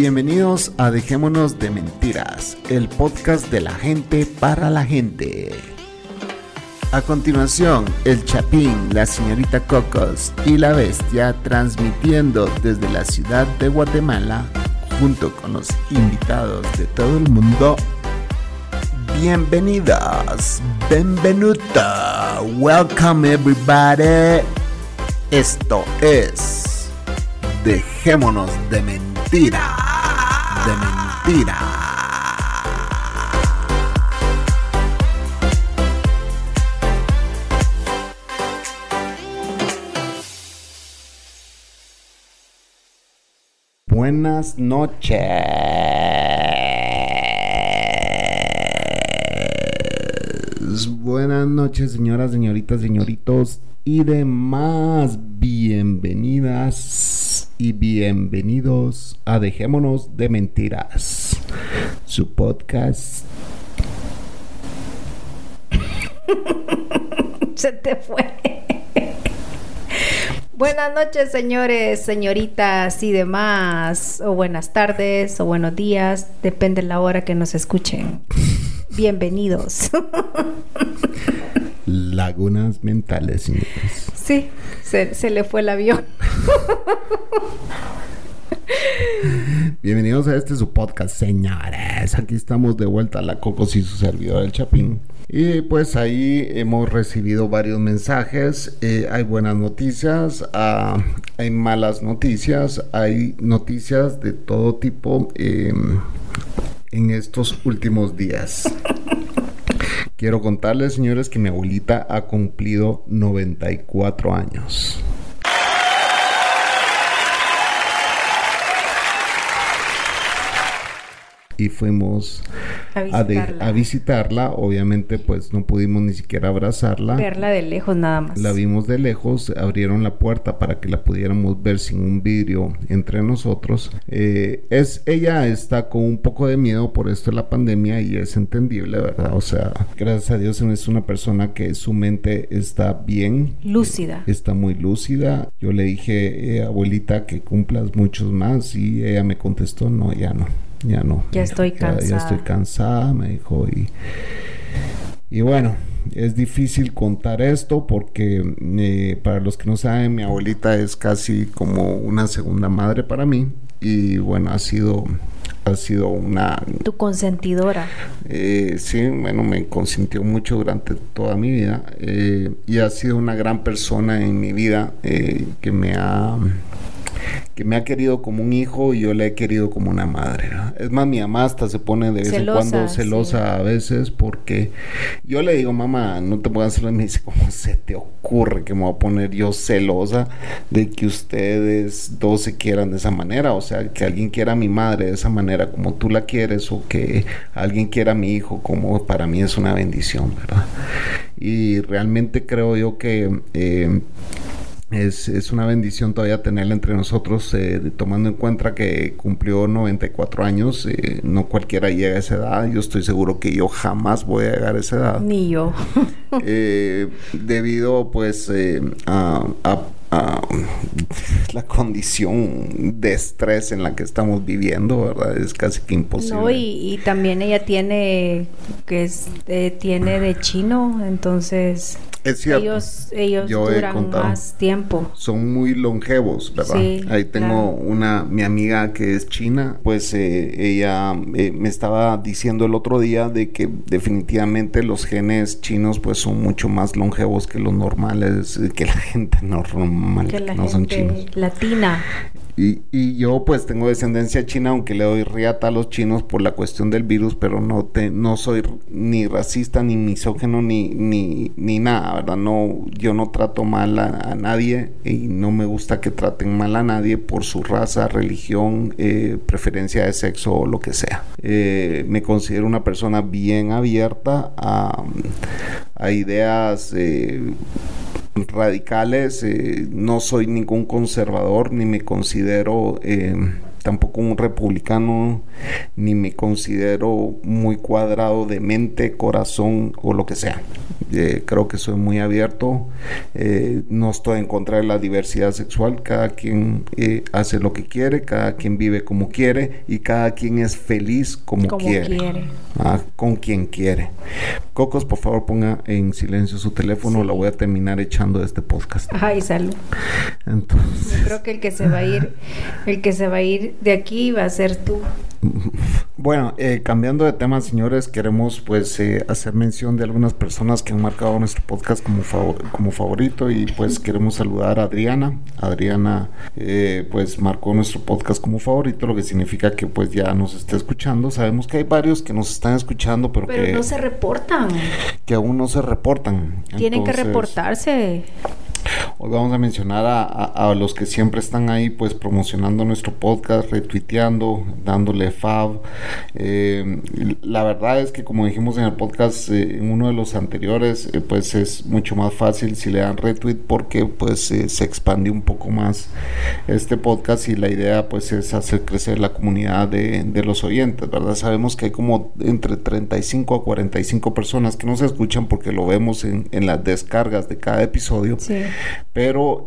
Bienvenidos a Dejémonos de Mentiras, el podcast de la gente para la gente. A continuación, el Chapín, la señorita Cocos y la Bestia transmitiendo desde la ciudad de Guatemala junto con los invitados de todo el mundo. Bienvenidos, benvenuta, welcome everybody. Esto es Dejémonos de Mentira, de mentira. Buenas noches. Buenas noches, señoras, señoritas, señoritos y demás. Bienvenidas y bienvenidos a Dejémonos de Mentiras, su podcast. Se te fue. Buenas noches, señores, señoritas y demás, o buenas tardes o buenos días, depende de la hora que nos escuchen. Bienvenidos. Lagunas mentales, señores. Sí, se le fue el avión. Bienvenidos a su podcast, señores. Aquí estamos de vuelta, la Cocos y su servidor, el Chapín. Y pues ahí hemos recibido varios mensajes. Hay buenas noticias, hay malas noticias, hay noticias de todo tipo en estos últimos días. Quiero contarles, señores, que mi abuelita ha cumplido 94 años. Y fuimos a visitarla. Obviamente pues no pudimos ni siquiera abrazarla, verla de lejos nada más. La vimos de lejos, abrieron la puerta para que la pudiéramos ver sin un vidrio entre nosotros. Ella está con un poco de miedo por esto de la pandemia y es entendible, ¿verdad? O sea, gracias a Dios es una persona que su mente está bien, lúcida, está muy lúcida. Yo le dije, abuelita, que cumplas muchos más, y ella me contestó, no, ya no. Ya estoy cansada. Ya estoy cansada, me dijo. Y bueno, es difícil contar esto porque para los que no saben, mi abuelita es casi como una segunda madre para mí. Y bueno, ha sido una... Tu consentidora. Sí, bueno, me consintió mucho durante toda mi vida. Y ha sido una gran persona en mi vida que me ha querido como un hijo y yo le he querido como una madre, ¿no? Es más, mi mamá hasta se pone de vez en cuando celosa, sí, a veces, porque yo le digo, mamá, no te puedo hacer. Me dice, ¿cómo se te ocurre que me voy a poner yo celosa de que ustedes dos se quieran de esa manera? O sea, que alguien quiera a mi madre de esa manera como tú la quieres, o que alguien quiera a mi hijo, como para mí es una bendición, ¿verdad? Y realmente creo yo que es una bendición todavía tenerla entre nosotros, tomando en cuenta que cumplió 94 años. No cualquiera llega a esa edad. Yo estoy seguro que yo jamás voy a llegar a esa edad. Ni yo. Debido pues a la condición de estrés en la que estamos viviendo, ¿verdad? Es casi que imposible. No, y también ella tiene tiene de chino, entonces es cierto. Ellos duran más tiempo. Son muy longevos, ¿verdad? Sí, ahí tengo mi amiga que es china, pues ella me estaba diciendo el otro día de que definitivamente los genes chinos pues son mucho más longevos que los normales, que la gente normal, que no son chinos. Latina. Y yo pues tengo descendencia china, aunque le doy riata a los chinos por la cuestión del virus, pero no soy ni racista, ni misógino, ni nada, ¿verdad? No, yo no trato mal a nadie y no me gusta que traten mal a nadie por su raza, religión, preferencia de sexo o lo que sea. Me considero una persona bien abierta a ideas radicales. No soy ningún conservador, ni me considero tampoco un republicano, ni me considero muy cuadrado de mente, corazón o lo que sea. Creo que soy muy abierto. No estoy en contra de la diversidad sexual. Cada quien hace lo que quiere, cada quien vive como quiere y cada quien es feliz como quiere. Con quien quiere. Cocos, por favor, ponga en silencio su teléfono. Sí. La voy a terminar echando de este podcast. Ay, salud. Entonces, yo creo que el que se va a ir de aquí va a ser tú. Bueno, cambiando de tema, señores, queremos pues hacer mención de algunas personas que han marcado nuestro podcast como favorito, y pues queremos saludar a Adriana. Adriana pues marcó nuestro podcast como favorito, lo que significa que pues ya nos está escuchando. Sabemos que hay varios que nos están escuchando, pero que no se reportan. Que aún no se reportan. Tienen que reportarse. Hoy vamos a mencionar a los que siempre están ahí pues promocionando nuestro podcast, retuiteando, dándole fab. La verdad es que, como dijimos en el podcast, en uno de los anteriores, pues es mucho más fácil si le dan retweet, porque pues se expande un poco más este podcast, y la idea pues es hacer crecer la comunidad de los oyentes, ¿verdad? Sabemos que hay como entre 35 a 45 personas que nos escuchan, porque lo vemos en las descargas de cada episodio. Sí. Pero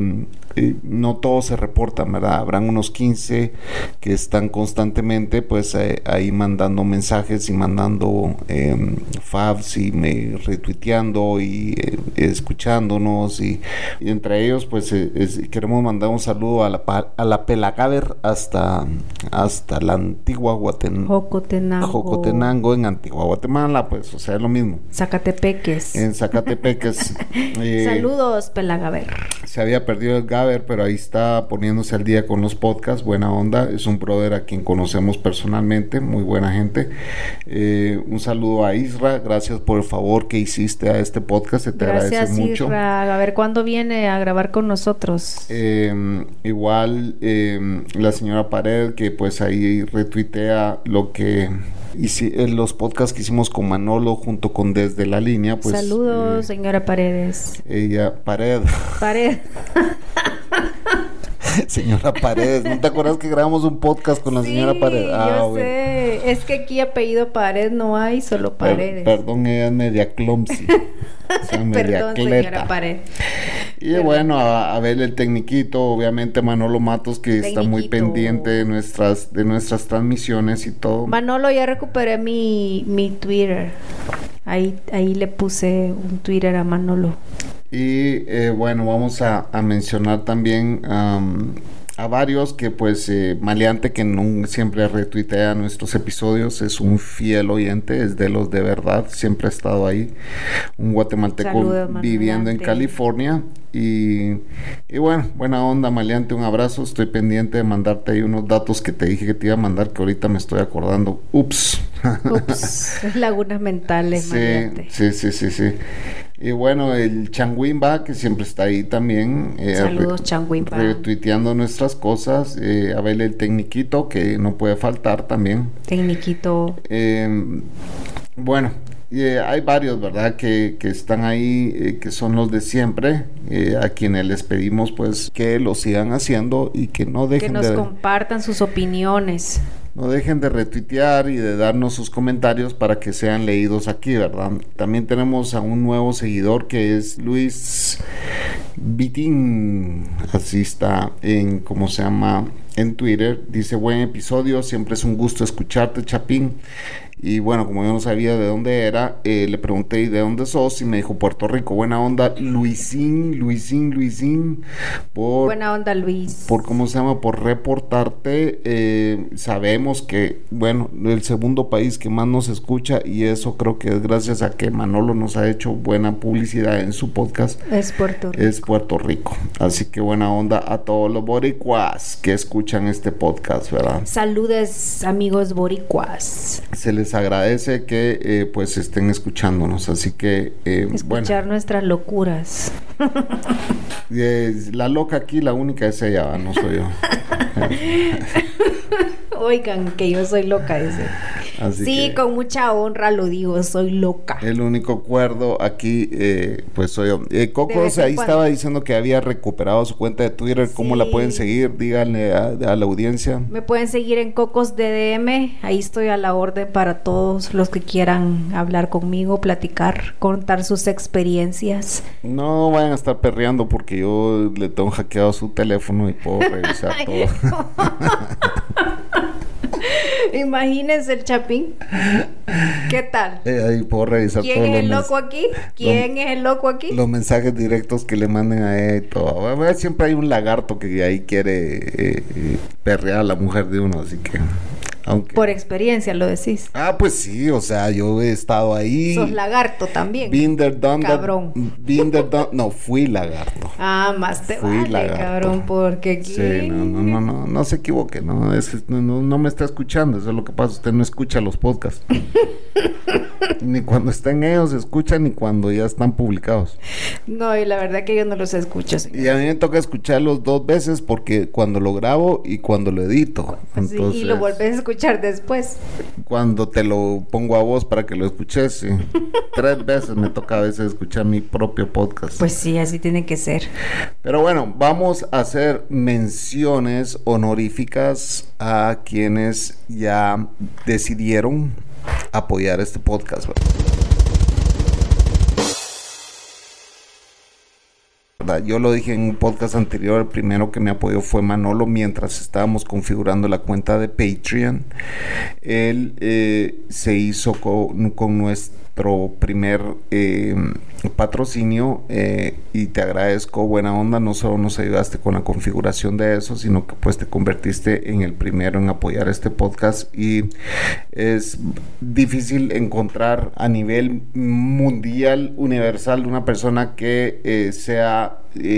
no todos se reportan, ¿verdad? Habrán unos 15 que están constantemente pues ahí mandando mensajes y mandando fabs y retuiteando y escuchándonos, y entre ellos pues queremos mandar un saludo a la Pelagaver hasta la antigua Jocotenango, en Antigua Guatemala, pues, o sea, es lo mismo. Zacatepeques. En Zacatepeques. Saludos, Pelagaver. Se había perdido el Gaber, pero ahí está poniéndose al día con los podcasts. Buena onda, es un brother a quien conocemos personalmente, muy buena gente. Un saludo a Isra, gracias por el favor que hiciste a este podcast, se te agradece mucho. Gracias, Isra. A ver cuándo viene a grabar con nosotros. Igual la señora Pared, que pues ahí retuitea lo que los podcasts que hicimos con Manolo junto con Desde la Línea, pues. Saludos, señora Paredes. Pared. Señora Paredes, ¿no te acuerdas que grabamos un podcast con la señora Paredes? Yo sé, es que aquí apellido Pared no hay, solo Paredes. Perdón, ella es media clumsy. Perdón, señora Pared. Y bueno, a ver el tecniquito, obviamente Manolo Matos, que está muy pendiente de nuestras transmisiones y todo. Manolo, ya recuperé mi Twitter. Ahí le puse un Twitter a Manolo. Y bueno, vamos a mencionar también a varios que pues Maleante, que no siempre retuitea nuestros episodios, es un fiel oyente, es de los de verdad, siempre ha estado ahí, un guatemalteco. Saludos, viviendo en California. Y bueno, buena onda, Maleante, un abrazo. Estoy pendiente de mandarte ahí unos datos que te dije que te iba a mandar, que ahorita me estoy acordando. Ups, lagunas mentales, Maleante. Sí. Y bueno, el Changuimba, que siempre está ahí también. Saludos, Changuimba. Retuiteando nuestras cosas. A ver el Tecniquito, que no puede faltar también. Tecniquito. Bueno, hay varios, ¿verdad? Que están ahí, que son los de siempre, a quienes les pedimos pues que lo sigan haciendo y que no dejen que nos compartan sus opiniones. No dejen de retuitear y de darnos sus comentarios para que sean leídos aquí, ¿verdad? También tenemos a un nuevo seguidor que es Luis Vitín, así está en, ¿cómo se llama? En Twitter. Dice: buen episodio, siempre es un gusto escucharte, Chapín. Y bueno, como yo no sabía de dónde era, le pregunté: ¿y de dónde sos? Y me dijo: Puerto Rico. Buena onda, Luisín. Buena onda, Luis. Por cómo se llama, por reportarte. Sabemos que, bueno, el segundo país que más nos escucha, y eso creo que es gracias a que Manolo nos ha hecho buena publicidad en su podcast. Es Puerto Rico. Así que buena onda a todos los boricuas que escuchan este podcast, ¿verdad? Saludes, amigos boricuas. Se les agradece que pues estén escuchándonos, así que escuchar nuestras locuras. La loca aquí, la única es ella, no soy yo. Oigan, que yo soy loca, ese. Así sí, que, con mucha honra lo digo, soy loca. el único cuerdo aquí, pues soy yo. Cocos ahí estaba diciendo que había recuperado su cuenta de Twitter. ¿Cómo la pueden seguir? Díganle a la audiencia. Me pueden seguir en Cocos DDM. Ahí estoy a la orden para todos los que quieran hablar conmigo, platicar, contar sus experiencias. No vayan a estar perreando porque yo le tengo hackeado su teléfono y puedo revisar todo. Imagínense el Chapín. ¿Qué tal? Ahí puedo revisar todo. ¿Quién es el loco aquí? ¿Quién es el loco aquí? Los mensajes directos que le manden a ella y todo. Siempre hay un lagarto que ahí quiere perrear a la mujer de uno, así que... Aunque... Por experiencia lo decís. Ah, pues sí, o sea, yo he estado ahí. Sos lagarto también. Been there, done that. Cabrón. Been there, done... No, fui lagarto. Ah, más te vale, lagarto. Cabrón, porque aquí... Sí, no se equivoque, no me está escuchando, eso es lo que pasa, usted no escucha los podcasts. Ni cuando están ellos se escuchan, ni cuando ya están publicados. No, y la verdad que yo no los escucho, señor. Y a mí me toca escucharlos 2 veces porque cuando lo grabo y cuando lo edito. Entonces, sí, y lo vuelves a escuchar después. Cuando te lo pongo a voz para que lo escuches, sí. 3 veces me toca a veces escuchar mi propio podcast. Pues sí, así tiene que ser. Pero bueno, vamos a hacer menciones honoríficas a quienes ya decidieron apoyar este podcast. Yo lo dije en un podcast anterior, el primero que me apoyó fue Manolo mientras estábamos configurando la cuenta de Patreon. Él se hizo con nuestro primer patrocinio y te agradezco, buena onda, no solo nos ayudaste con la configuración de eso, sino que pues te convertiste en el primero en apoyar este podcast y es difícil encontrar a nivel mundial, universal, una persona que sea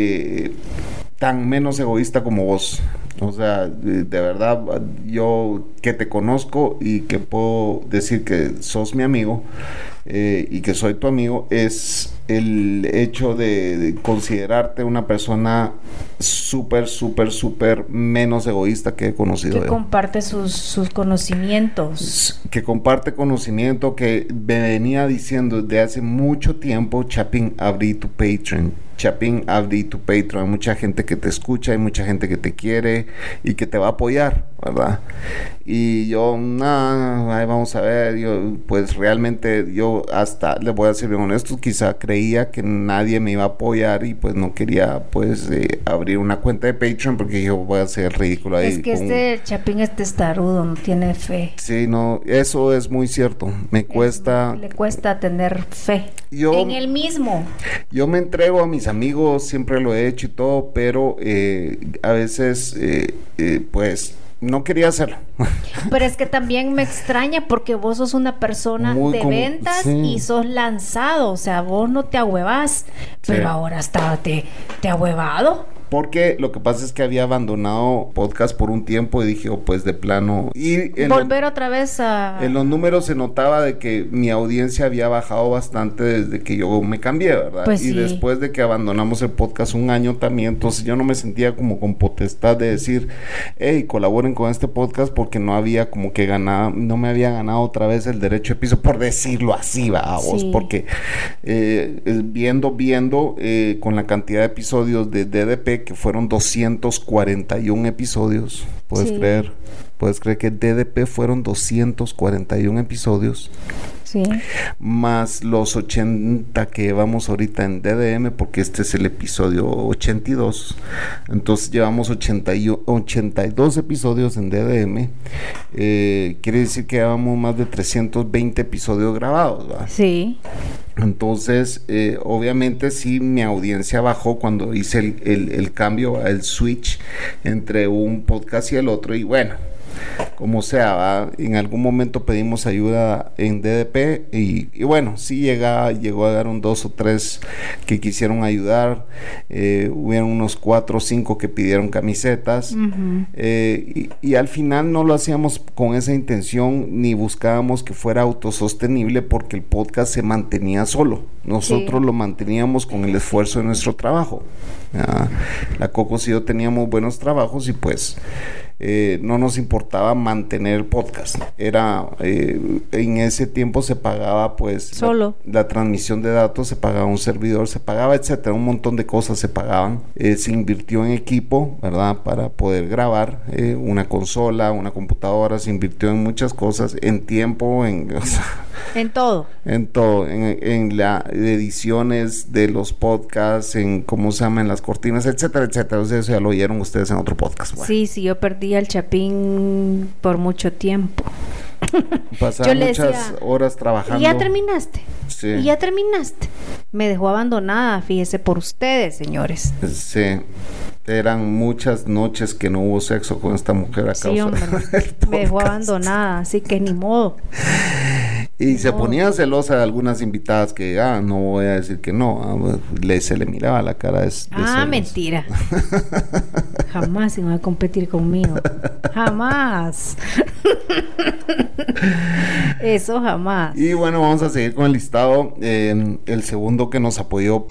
tan menos egoísta como vos. O sea, de verdad, yo que te conozco y que puedo decir que sos mi amigo y que soy tu amigo, es el hecho de considerarte una persona súper menos egoísta que he conocido. Que comparte sus conocimientos. Que comparte conocimiento, que me venía diciendo desde hace mucho tiempo: Chapín, abrí tu Patreon. Chapín, abrí tu Patreon. Hay mucha gente que te escucha, hay mucha gente que te quiere y que te va a apoyar, ¿verdad? Y yo, ahí vamos a ver, yo pues realmente, yo hasta, les voy a ser bien honesto, quizá creía que nadie me iba a apoyar y pues no quería pues abrir una cuenta de Patreon porque yo voy a hacer ridículo ahí. Es que Chapín es testarudo, no tiene fe. Sí, no, eso es muy cierto, le cuesta tener fe en él mismo. Yo me entrego a mis amigos, siempre lo he hecho y todo, pero a veces pues no quería hacerlo. Pero es que también me extraña porque vos sos una persona de ventas y sos lanzado, o sea, vos no te ahuevás, pero ahora te ahuevado. Porque lo que pasa es que había abandonado podcast por un tiempo y dije, pues de plano... Y volver otra vez a... En los números se notaba de que mi audiencia había bajado bastante desde que yo me cambié, ¿verdad? Pues y después de que abandonamos el podcast un año también, entonces yo no me sentía como con potestad de decir, hey, colaboren con este podcast, porque no había como que no me había ganado otra vez el derecho de piso, por decirlo así, vos, porque viendo con la cantidad de episodios de DDP, que fueron 241 episodios. ¿Puedes creer? ¿Puedes creer que DDP fueron 241 episodios? Sí. Más los 80 que llevamos ahorita en DDM, porque este es el episodio 82. Entonces llevamos 82 episodios en DDM. Quiere decir que llevamos más de 320 episodios grabados, ¿verdad? Sí. Entonces, obviamente sí, mi audiencia bajó cuando hice el cambio, el switch entre un podcast y el otro. Y bueno, como sea, ¿va? En algún momento pedimos ayuda en DDP y bueno, sí llegó a dar un 2 o 3 que quisieron ayudar. Hubieron unos 4 o 5 que pidieron camisetas. Uh-huh. Y al final no lo hacíamos con esa intención ni buscábamos que fuera autosostenible, porque el podcast se mantenía solo. Nosotros lo manteníamos con el esfuerzo de nuestro trabajo. La Cocos y yo teníamos buenos trabajos y pues no nos importaba mantener el podcast. Era, en ese tiempo se pagaba pues solo la transmisión de datos, se pagaba un servidor, se pagaba, etcétera, un montón de cosas se pagaban. Se invirtió en equipo, ¿verdad? Para poder grabar, una consola, una computadora, se invirtió en muchas cosas, en tiempo, en todo, en las ediciones de los podcasts, en cómo se llaman las cortinas, etcétera, etcétera. O sea, eso ya lo oyeron ustedes en otro podcast. Bueno. Sí, yo perdí al Chapín por mucho tiempo. Pasaba muchas horas trabajando. ¿Y ya terminaste? Sí. ¿Y ya terminaste? Me dejó abandonada, fíjese, por ustedes, señores. Sí. Eran muchas noches que no hubo sexo con esta mujer a causa del podcast. Me dejó abandonada, así que ni modo. Y se ponía celosa de algunas invitadas que, no voy a decir que no, se le miraba la cara de celos. Mentira. Jamás iban a competir conmigo. Jamás. Eso jamás. Y bueno, vamos a seguir con el listado. El segundo que nos apoyó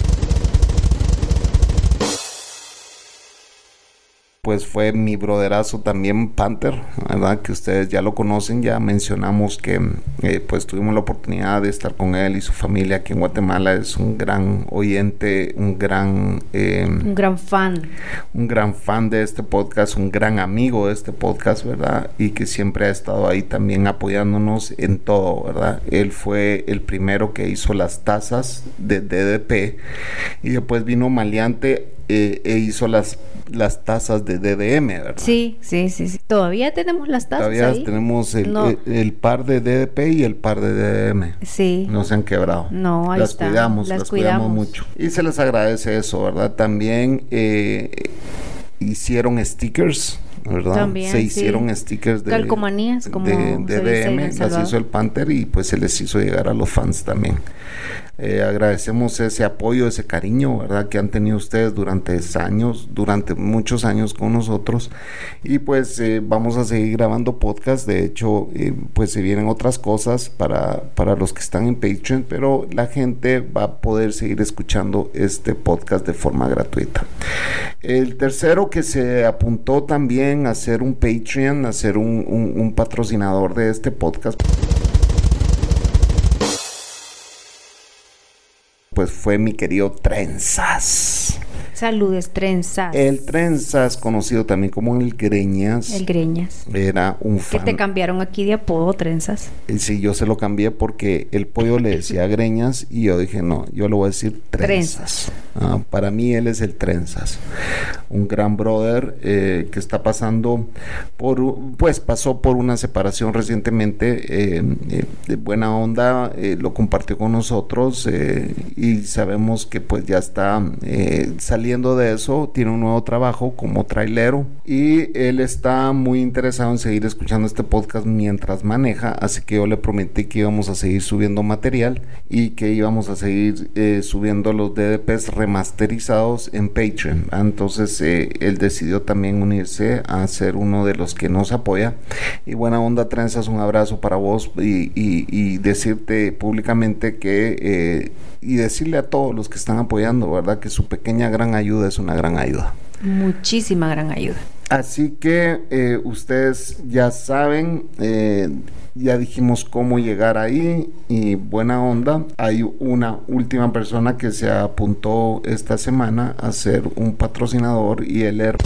pues fue mi broderazo también, Panther, ¿verdad? Que ustedes ya lo conocen, ya mencionamos que pues tuvimos la oportunidad de estar con él y su familia aquí en Guatemala. Es un gran oyente, un gran fan. Un gran fan de este podcast, un gran amigo de este podcast, ¿verdad? Y que siempre ha estado ahí también apoyándonos en todo, ¿verdad? Él fue el primero que hizo las tazas de DDP y después vino Maleante e hizo las tazas de DDM, ¿verdad? Sí. Todavía tenemos las tazas. Todavía ahí tenemos el par de DDP y el par de DDM. Sí. No se han quebrado. No, ahí está. Las cuidamos mucho. Y se les agradece eso, ¿verdad? También hicieron stickers, ¿verdad? También, se hicieron stickers de calcomanías como de DDM, las hizo el Panther y pues se les hizo llegar a los fans también. Agradecemos ese apoyo, ese cariño, ¿verdad? Que han tenido ustedes durante muchos años con nosotros. Y pues vamos a seguir grabando podcast. De hecho, pues se vienen otras cosas para los que están en Patreon, pero la gente va a poder seguir escuchando este podcast de forma gratuita. El tercero que se apuntó también a ser un Patreon, a ser un patrocinador de este podcast, pues fue mi querido Trenzas. Saludes, Trenzas. El Trenzas, conocido también como el Greñas. El Greñas. Era un fan. ¿Que te cambiaron aquí de apodo, Trenzas? Sí, yo se lo cambié porque el pollo le decía Greñas y yo dije, no, yo le voy a decir Trenzas. Para mí él es el Trenzas. Un gran brother que está pasando pasó por una separación recientemente. De buena onda, lo compartió con nosotros y sabemos que pues ya está saliendo de eso, tiene un nuevo trabajo como trailero y él está muy interesado en seguir escuchando este podcast mientras maneja, así que yo le prometí que íbamos a seguir subiendo material y que íbamos a seguir subiendo los DDPs remasterizados en Patreon. Entonces él decidió también unirse a ser uno de los que nos apoya. Y buena onda, Trenzas, un abrazo para vos y decirte públicamente que y decirle a todos los que están apoyando, ¿verdad? Que su pequeña gran ayuda es una gran ayuda. Muchísima gran ayuda. Así que ustedes ya saben, ya dijimos cómo llegar ahí y buena onda. Hay una última persona que se apuntó esta semana a ser un patrocinador y él es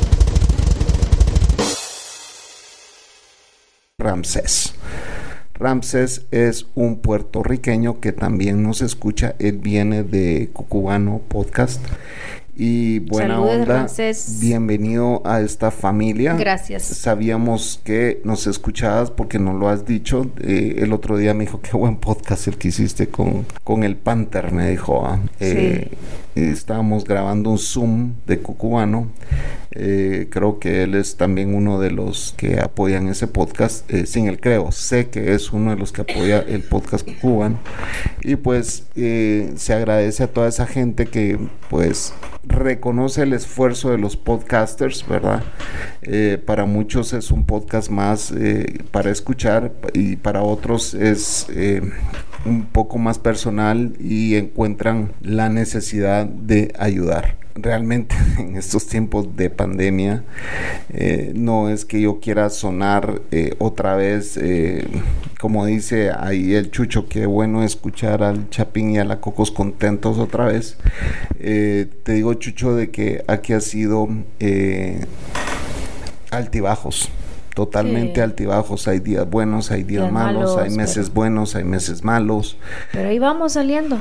Ramsés. Ramsés es un puertorriqueño que también nos escucha. Él viene de Cucubano Podcast. Y buena Saludos, onda, Ramsés. Bienvenido a esta familia. Gracias. Sabíamos que nos escuchabas porque nos lo has dicho. El otro día me dijo, qué buen podcast el que hiciste con el Panther, me dijo. Sí. Estábamos grabando un Zoom de Cucubano. Creo que él es también uno de los que apoyan ese podcast. Sé que es uno de los que apoya el podcast Cucubano. Y pues se agradece a toda esa gente que pues reconoce el esfuerzo de los podcasters, ¿verdad? Para muchos es un podcast más para escuchar y para otros es un poco más personal y encuentran la necesidad de ayudar. realmente en estos tiempos de pandemia, no es que yo quiera sonar otra vez, como dice ahí el Chucho, qué bueno escuchar al Chapín y a la Cocos contentos otra vez. Te digo, Chucho, de que aquí ha sido altibajos. Totalmente altibajos, hay días buenos, hay días malos, hay meses buenos, hay meses malos. Pero ahí vamos saliendo.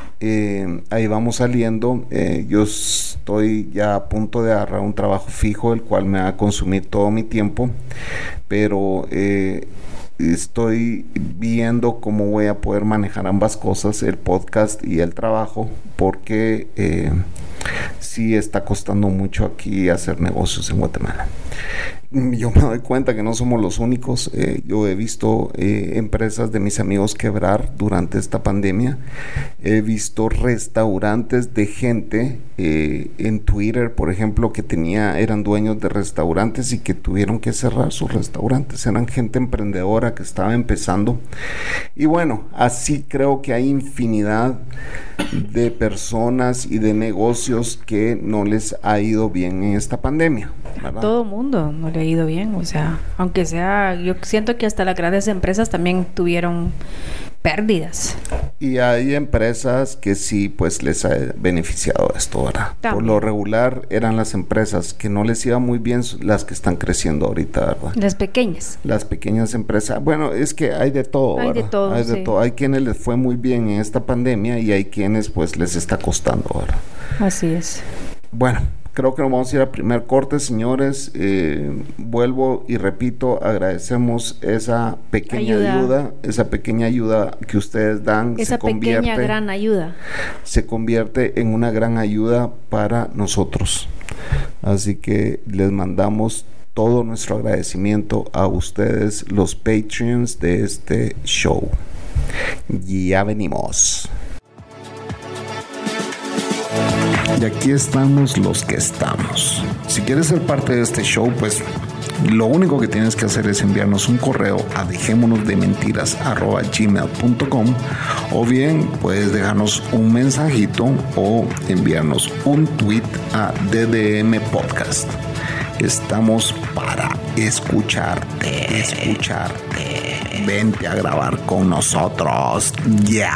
Yo estoy ya a punto de agarrar un trabajo fijo, el cual me va a consumir todo mi tiempo, pero estoy viendo cómo voy a poder manejar ambas cosas, el podcast y el trabajo, porque sí está costando mucho aquí hacer negocios en Guatemala. Yo me doy cuenta que no somos los únicos. Yo he visto empresas de mis amigos quebrar durante esta pandemia. He visto restaurantes de gente en Twitter, por ejemplo, que eran dueños de restaurantes y que tuvieron que cerrar sus restaurantes. Eran gente emprendedora que estaba empezando. Y bueno, así creo que hay infinidad de personas y de negocios que no les ha ido bien en esta pandemia, ¿verdad? A todo mundo no le ha ido bien, o sea, aunque sea, yo siento que hasta las grandes empresas también tuvieron pérdidas. Y hay empresas que sí, pues les ha beneficiado esto, ¿verdad? También. Por lo regular eran las empresas que no les iba muy bien las que están creciendo ahorita, ¿verdad? Las pequeñas. Las pequeñas empresas. Bueno, es que hay de todo, ¿verdad? Hay de todo. Hay quienes les fue muy bien en esta pandemia y hay quienes pues les está costando, ¿verdad? Así es. Bueno, creo que nos vamos a ir al primer corte, señores. Vuelvo y repito, agradecemos esa pequeña ayuda que ustedes dan. Esa pequeña gran ayuda. Se convierte en una gran ayuda para nosotros. Así que les mandamos todo nuestro agradecimiento a ustedes, los Patreons de este show. Ya venimos. Y aquí estamos los que estamos. Si quieres ser parte de este show, pues lo único que tienes que hacer es enviarnos un correo a dejémonosdementiras@gmail.com, o bien puedes dejarnos un mensajito o enviarnos un tweet a DDM Podcast. Estamos para escucharte. Vente a grabar con nosotros ya.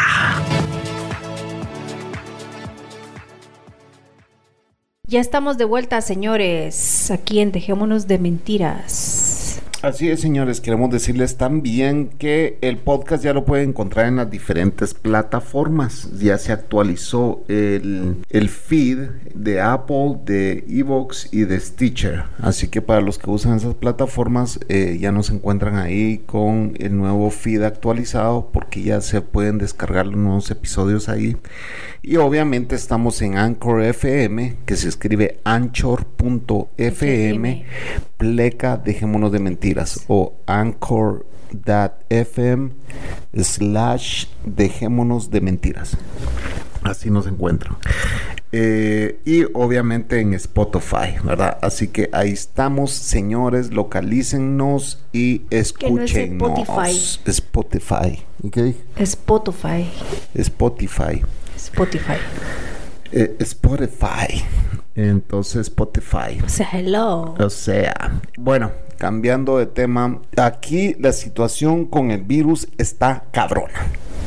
Ya estamos de vuelta, señores, aquí en Dejémonos de Mentiras. Así es, señores, queremos decirles también que el podcast ya lo pueden encontrar en las diferentes plataformas. Ya se actualizó el feed de Apple, de iVoox y de Stitcher. Así que para los que usan esas plataformas, ya nos encuentran ahí con el nuevo feed actualizado, porque ya se pueden descargar los nuevos episodios ahí. Y obviamente estamos en Anchor FM, que se escribe anchor.fm pleca Dejémonos de Mentiras, o anchor.fm/Dejémonos de Mentiras. Así nos encuentran. Y obviamente en Spotify, ¿verdad? Así que ahí estamos, señores, localícennos y escúchenos. No es Spotify. ¿Y qué dije? Spotify. Entonces Spotify. O sea, hello. Bueno, cambiando de tema, aquí la situación con el virus está cabrona.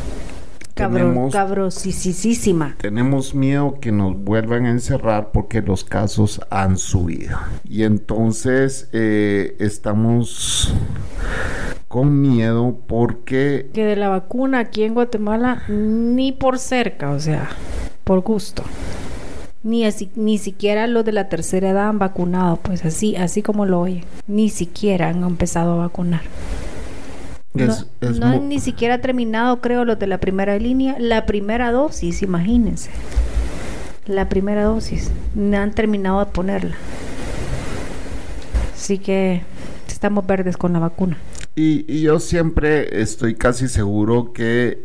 Cabrosísima. Tenemos miedo que nos vuelvan a encerrar porque los casos han subido. Y entonces estamos con miedo porque... Que de la vacuna aquí en Guatemala ni por cerca, o sea, por gusto. Ni siquiera los de la tercera edad han vacunado, pues así como lo oyen. Ni siquiera han empezado a vacunar. No han ni siquiera terminado, creo, los de la primera línea. La primera dosis, imagínense. La primera dosis. No han terminado de ponerla. Así que estamos verdes con la vacuna. Y yo siempre estoy casi seguro que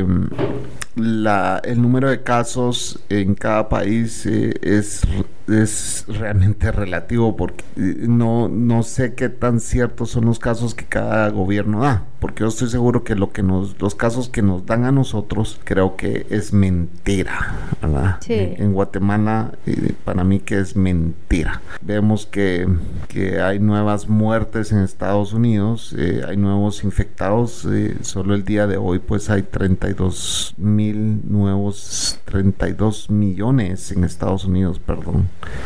el número de casos en cada país es realmente relativo, porque no sé qué tan ciertos son los casos que cada gobierno da. porque yo estoy seguro que los casos que nos dan a nosotros, creo que es mentira, ¿verdad? Sí. En Guatemala, para mí que es mentira. Vemos que hay nuevas muertes en Estados Unidos, hay nuevos infectados, solo el día de hoy pues hay 32 millones en Estados Unidos, perdón,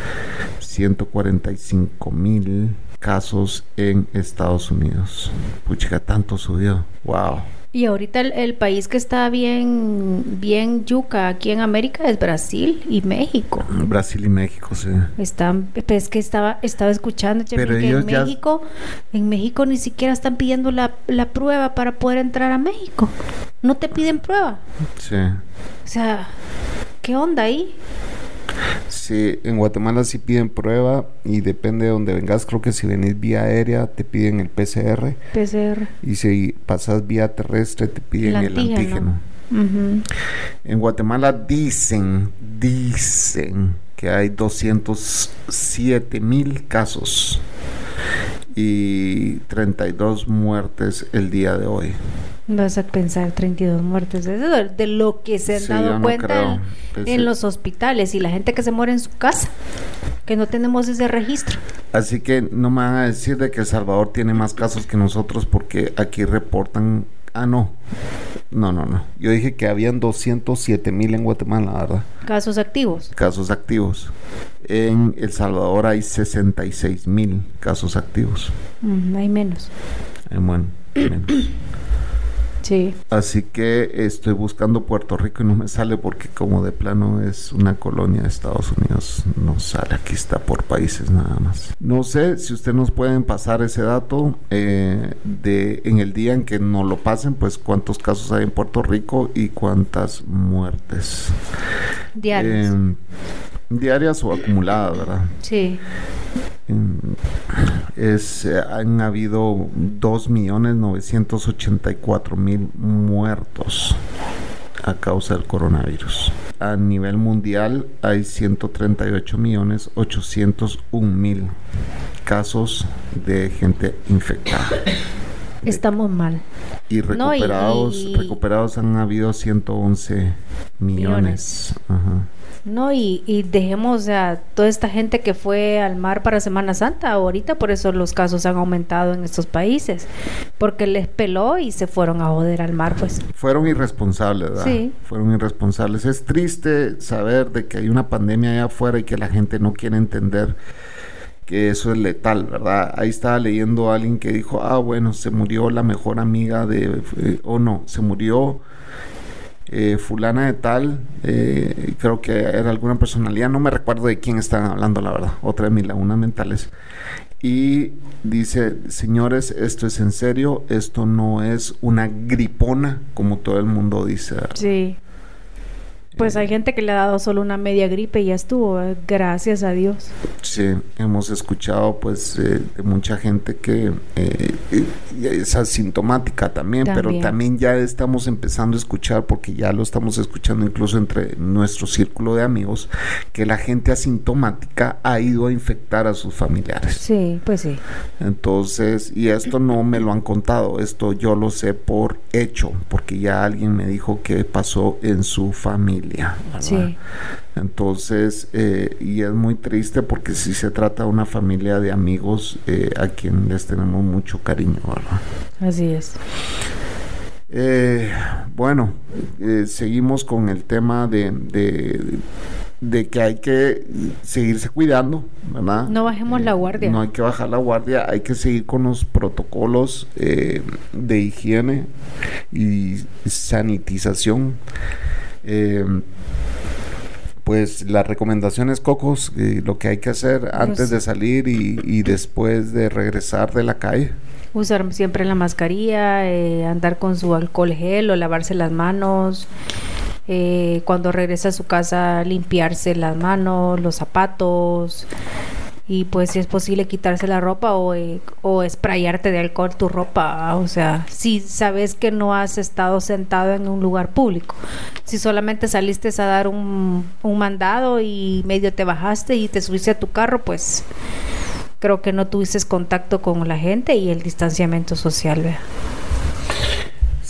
145,000 casos en Estados Unidos. Puchica, tanto subió. Wow. Y ahorita el país que está bien yuca aquí en América es Brasil y México. Brasil y México, sí. Es que estaba escuchando que en México ni siquiera están pidiendo la prueba para poder entrar a México. No te piden prueba. Sí. O sea, ¿qué onda ahí? Sí, en Guatemala sí piden prueba y depende de donde vengas. Creo que si venís vía aérea te piden el PCR. Y si pasas vía terrestre te piden el antígeno. Uh-huh. En Guatemala dicen que hay 207,000 casos y 32 muertes el día de hoy. Vas a pensar 32 muertes, eso de lo que se han dado cuenta en los hospitales y la gente que se muere en su casa, que no tenemos ese registro. Así que no me van a decir de que El Salvador tiene más casos que nosotros porque aquí reportan... No. Yo dije que habían 207,000 en Guatemala, ¿verdad? Casos activos. En El Salvador hay 66,000 casos activos. Hay menos. Menos. Sí. Así que estoy buscando Puerto Rico y no me sale porque como de plano es una colonia de Estados Unidos, no sale, aquí está por países nada más. No sé si ustedes nos pueden pasar ese dato en el día en que nos lo pasen, pues cuántos casos hay en Puerto Rico y cuántas muertes. Diarias. Diarias o acumuladas, ¿verdad? Sí. Han habido 2,984,000 muertos a causa del coronavirus. A nivel mundial hay 138,801,000 casos de gente infectada. Estamos mal. Y recuperados han habido 111 millones. Ajá. No, y dejemos, o sea, toda esta gente que fue al mar para Semana Santa, ahorita por eso los casos han aumentado en estos países, porque les peló y se fueron a joder al mar, pues. Fueron irresponsables, ¿verdad? Sí. Fueron irresponsables. Es triste saber de que hay una pandemia allá afuera y que la gente no quiere entender que eso es letal, ¿verdad? Ahí estaba leyendo a alguien que dijo, bueno, se murió la mejor amiga se murió fulana de tal, creo que era alguna personalidad, no me recuerdo de quién estaban hablando, la verdad, otra de mis lagunas mentales, y dice, señores, esto es en serio, esto no es una gripona como todo el mundo dice, ¿verdad? Sí. Pues hay gente que le ha dado solo una media gripe y ya estuvo, gracias a Dios. Sí, hemos escuchado pues de mucha gente que es asintomática también, pero también ya estamos empezando a escuchar, porque ya lo estamos escuchando incluso entre nuestro círculo de amigos, que la gente asintomática ha ido a infectar a sus familiares. Sí, pues sí. Entonces, y esto no me lo han contado, esto yo lo sé por hecho, porque ya alguien me dijo que pasó en su familia. Sí. Entonces, y es muy triste porque sí se trata de una familia de amigos a quien les tenemos mucho cariño, ¿verdad? Así es. Bueno, seguimos con el tema de que hay que seguirse cuidando, ¿verdad? No bajemos la guardia. No hay que bajar la guardia, hay que seguir con los protocolos de higiene y sanitización. Pues las recomendaciones, Cocos, lo que hay que hacer antes de salir y después de regresar de la calle. Usar siempre la mascarilla, andar con su alcohol gel o lavarse las manos. Cuando regresa a su casa, limpiarse las manos, los zapatos. Y pues si es posible quitarse la ropa o sprayarte de alcohol tu ropa, o sea, si sabes que no has estado sentado en un lugar público, si solamente saliste a dar un mandado y medio te bajaste y te subiste a tu carro, pues creo que no tuviste contacto con la gente y el distanciamiento social, ¿verdad?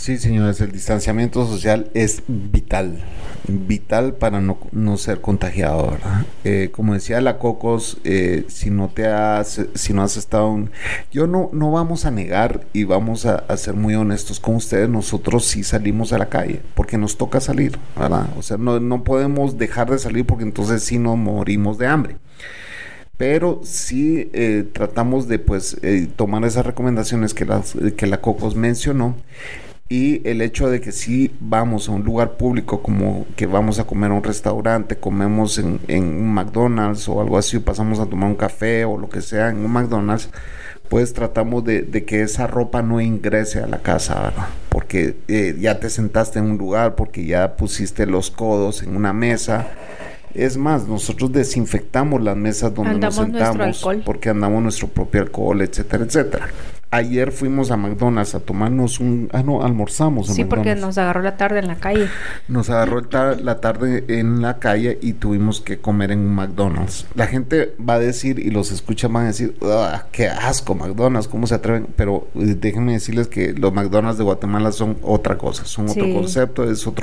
Sí, señores, el distanciamiento social es vital para no ser contagiado, ¿verdad? Como decía la Cocos, si no has estado yo no vamos a negar y vamos a ser muy honestos con ustedes. Nosotros sí salimos a la calle porque nos toca salir, ¿verdad? O sea, no podemos dejar de salir porque entonces sí nos morimos de hambre. Pero sí tratamos de tomar esas recomendaciones que la Cocos mencionó. Y el hecho de que si vamos a un lugar público, como que vamos a comer a un restaurante, comemos en un McDonald's o algo así, pasamos a tomar un café o lo que sea en un McDonald's, pues tratamos de que esa ropa no ingrese a la casa, ¿verdad? Porque ya te sentaste en un lugar, porque ya pusiste los codos en una mesa. Es más, nosotros desinfectamos las mesas donde nos sentamos porque andamos nuestro propio alcohol, etcétera, etcétera. Ayer fuimos a McDonald's a tomarnos almorzamos en sí, McDonald's. Porque nos agarró la tarde en la calle. Nos agarró la tarde en la calle y tuvimos que comer en un McDonald's. La gente va a decir, y los escucha, van a decir, qué asco McDonald's, ¿cómo se atreven? Pero déjenme decirles que los McDonald's de Guatemala son otra cosa, son otro concepto,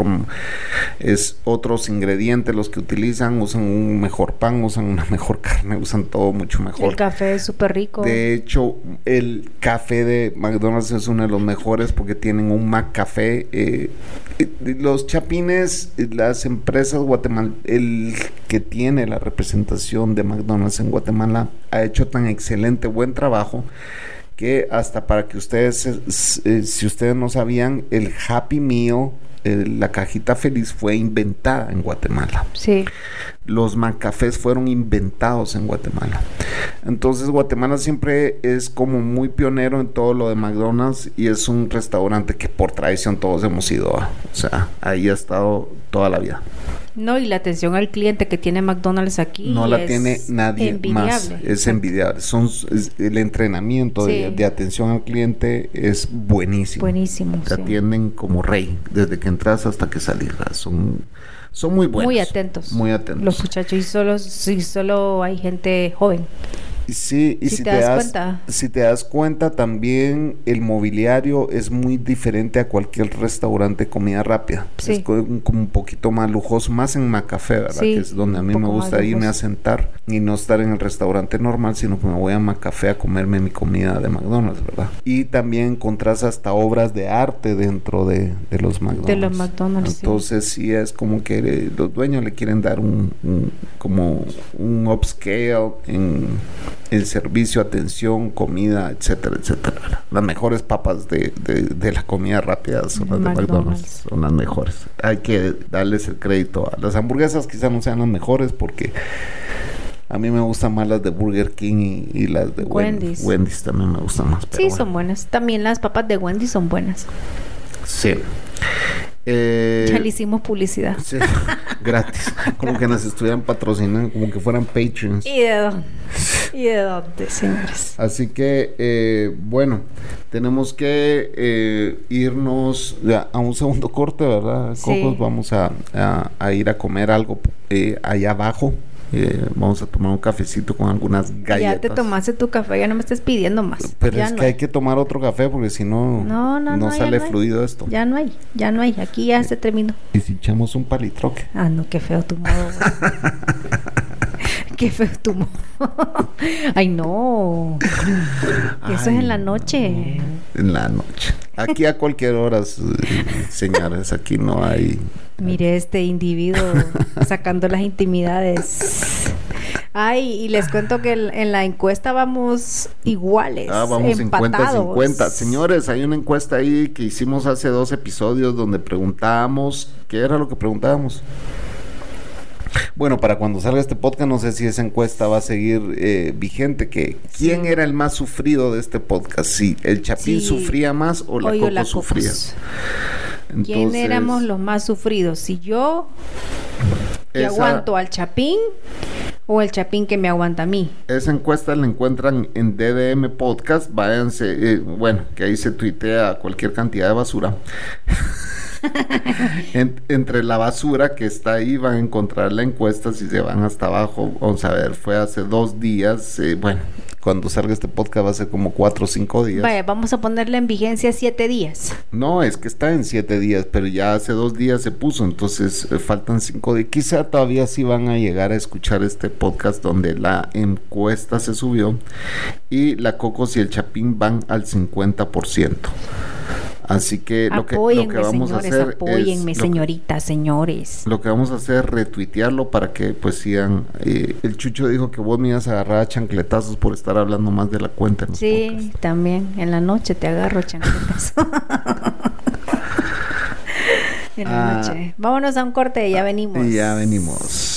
es otros ingredientes los que usan un mejor pan, usan una mejor carne, usan todo mucho mejor. El café es súper rico. De hecho, el café de McDonald's es uno de los mejores porque tienen un McCafé. Los chapines, las empresas el que tiene la representación de McDonald's en Guatemala ha hecho tan excelente, buen trabajo, que hasta para que ustedes, si ustedes no sabían, el Happy Meal, la cajita feliz fue inventada en Guatemala. Sí. Los McCafés fueron inventados en Guatemala. Entonces Guatemala siempre es como muy pionero en todo lo de McDonald's y es un restaurante que por tradición todos hemos ido. O sea, ahí ha estado toda la vida. No, y la atención al cliente que tiene McDonald's aquí no la tiene nadie más. Es envidiable. El entrenamiento de atención al cliente es buenísimo. Buenísimo. Te atienden como rey desde que entras hasta que salís. Son muy buenos. Muy atentos. Muy atentos. Los muchachos, y solo hay gente joven. Sí, y si te das cuenta, también el mobiliario es muy diferente a cualquier restaurante de comida rápida. Sí. Es como un poquito más lujoso, más en McCafé, ¿verdad? Sí, que es donde a mí me gusta irme a sentar y no estar en el restaurante normal, sino que me voy a McCafé a comerme mi comida de McDonald's, ¿verdad? Y también encontrás hasta obras de arte dentro de los McDonald's. De los McDonald's. Entonces sí es como que los dueños le quieren dar como un upscale en el servicio, atención, comida, etcétera, etcétera. Las mejores papas de la comida rápida son las de McDonald's, son las mejores. Hay que darles el crédito a las hamburguesas, quizás no sean las mejores porque a mí me gustan más las de Burger King y las de Wendy's. Wendy's también me gustan más. Pero sí, son buenas. También las papas de Wendy's son buenas. Sí. Ya le hicimos publicidad. Sí, gratis. Como que nos estuvieran patrocinando, como que fueran Patreons. ¿Y de dónde, señores? Así que, bueno, tenemos que irnos a un segundo corte, ¿verdad? Sí. Cocos, vamos a ir a comer algo allá abajo. Vamos a tomar un cafecito con algunas galletas. Ya te tomaste tu café, ya no me estés pidiendo más. Pero ya es que hay que tomar otro café porque si no, no sale fluido esto. Ya no hay. Aquí ya se terminó. ¿Y si echamos un palitroque? Ah, no, qué feo tu modo. Qué feo tu modo. Ay, no. Eso es en la noche. No. En la noche. Aquí a cualquier hora, señores. Aquí no hay... Mire este individuo sacando las intimidades. Ay, y les cuento que en la encuesta vamos iguales. Vamos empatados. 50-50. Señores, hay una encuesta ahí que hicimos hace 2 episodios donde preguntábamos, ¿qué era lo que preguntábamos? Bueno, para cuando salga este podcast, no sé si esa encuesta va a seguir vigente, que ¿quién era el más sufrido de este podcast? ¿Si el Chapín sufría más o la Coco sufría? Entonces, ¿quién éramos los más sufridos? ¿Si yo que aguanto al Chapín o el Chapín que me aguanta a mí? Esa encuesta la encuentran en DDM Podcast. Váyanse, bueno, que ahí se tuitea cualquier cantidad de basura. Entre la basura que está ahí van a encontrar la encuesta si se van hasta abajo. Vamos a ver, fue hace 2 días. Bueno, cuando salga este podcast va a ser como 4 o 5 días. Vaya, vamos a ponerle en vigencia 7 días. No, es que está en 7 días, pero ya hace 2 días se puso, entonces faltan 5 días. Quizá todavía sí van a llegar a escuchar este podcast donde la encuesta se subió y la Cocos y el Chapín van al 50%. Así que lo que vamos a hacer apóyenme, señoritas, señores. Lo que vamos a hacer es retuitearlo para que pues sigan. El Chucho dijo que vos me ibas a agarrar a chancletazos por estar hablando más de la cuenta en los podcasts. También en la noche te agarro chancletazos. En la noche. Vámonos a un corte y ya venimos. Ya venimos.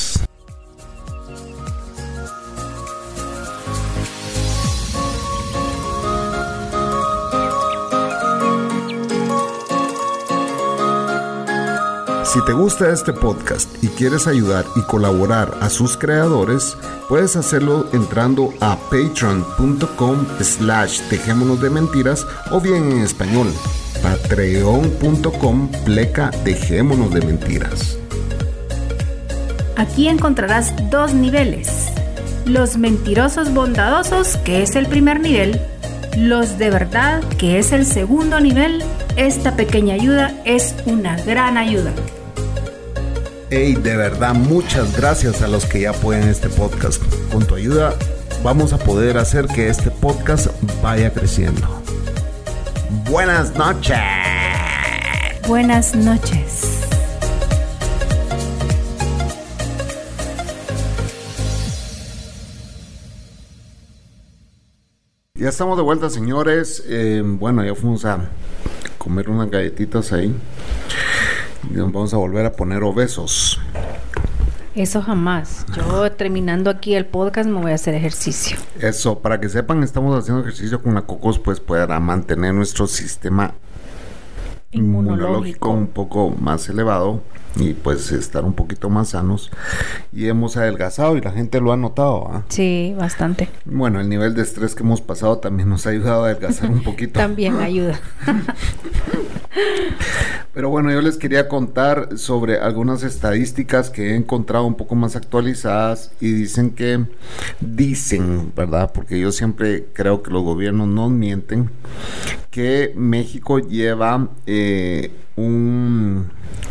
Si te gusta este podcast y quieres ayudar y colaborar a sus creadores, puedes hacerlo entrando a patreon.com/dejémonos de mentiras o bien en español, patreon.com/dejémonos de mentiras. Aquí encontrarás 2 niveles: los mentirosos bondadosos, que es el primer nivel; los de verdad, que es el segundo nivel. Esta pequeña ayuda es una gran ayuda. Hey, de verdad, muchas gracias a los que ya apoyan este podcast. Con tu ayuda vamos a poder hacer que este podcast vaya creciendo. Buenas noches. Buenas noches. Ya estamos de vuelta, señores. Bueno, ya fuimos a comer unas galletitas ahí. Y nos vamos a volver a poner obesos. Eso jamás. Yo terminando aquí el podcast me voy a hacer ejercicio. Eso, para que sepan, estamos haciendo ejercicio con la Cocos, pues para mantener nuestro sistema inmunológico un poco más elevado y pues estar un poquito más sanos. Y hemos adelgazado y la gente lo ha notado, ¿eh? Sí, bastante. Bueno, el nivel de estrés que hemos pasado también nos ha ayudado a adelgazar un poquito. También ayuda. Pero bueno, yo les quería contar sobre algunas estadísticas que he encontrado un poco más actualizadas y dicen, ¿verdad? Porque yo siempre creo que los gobiernos no mienten, que México lleva un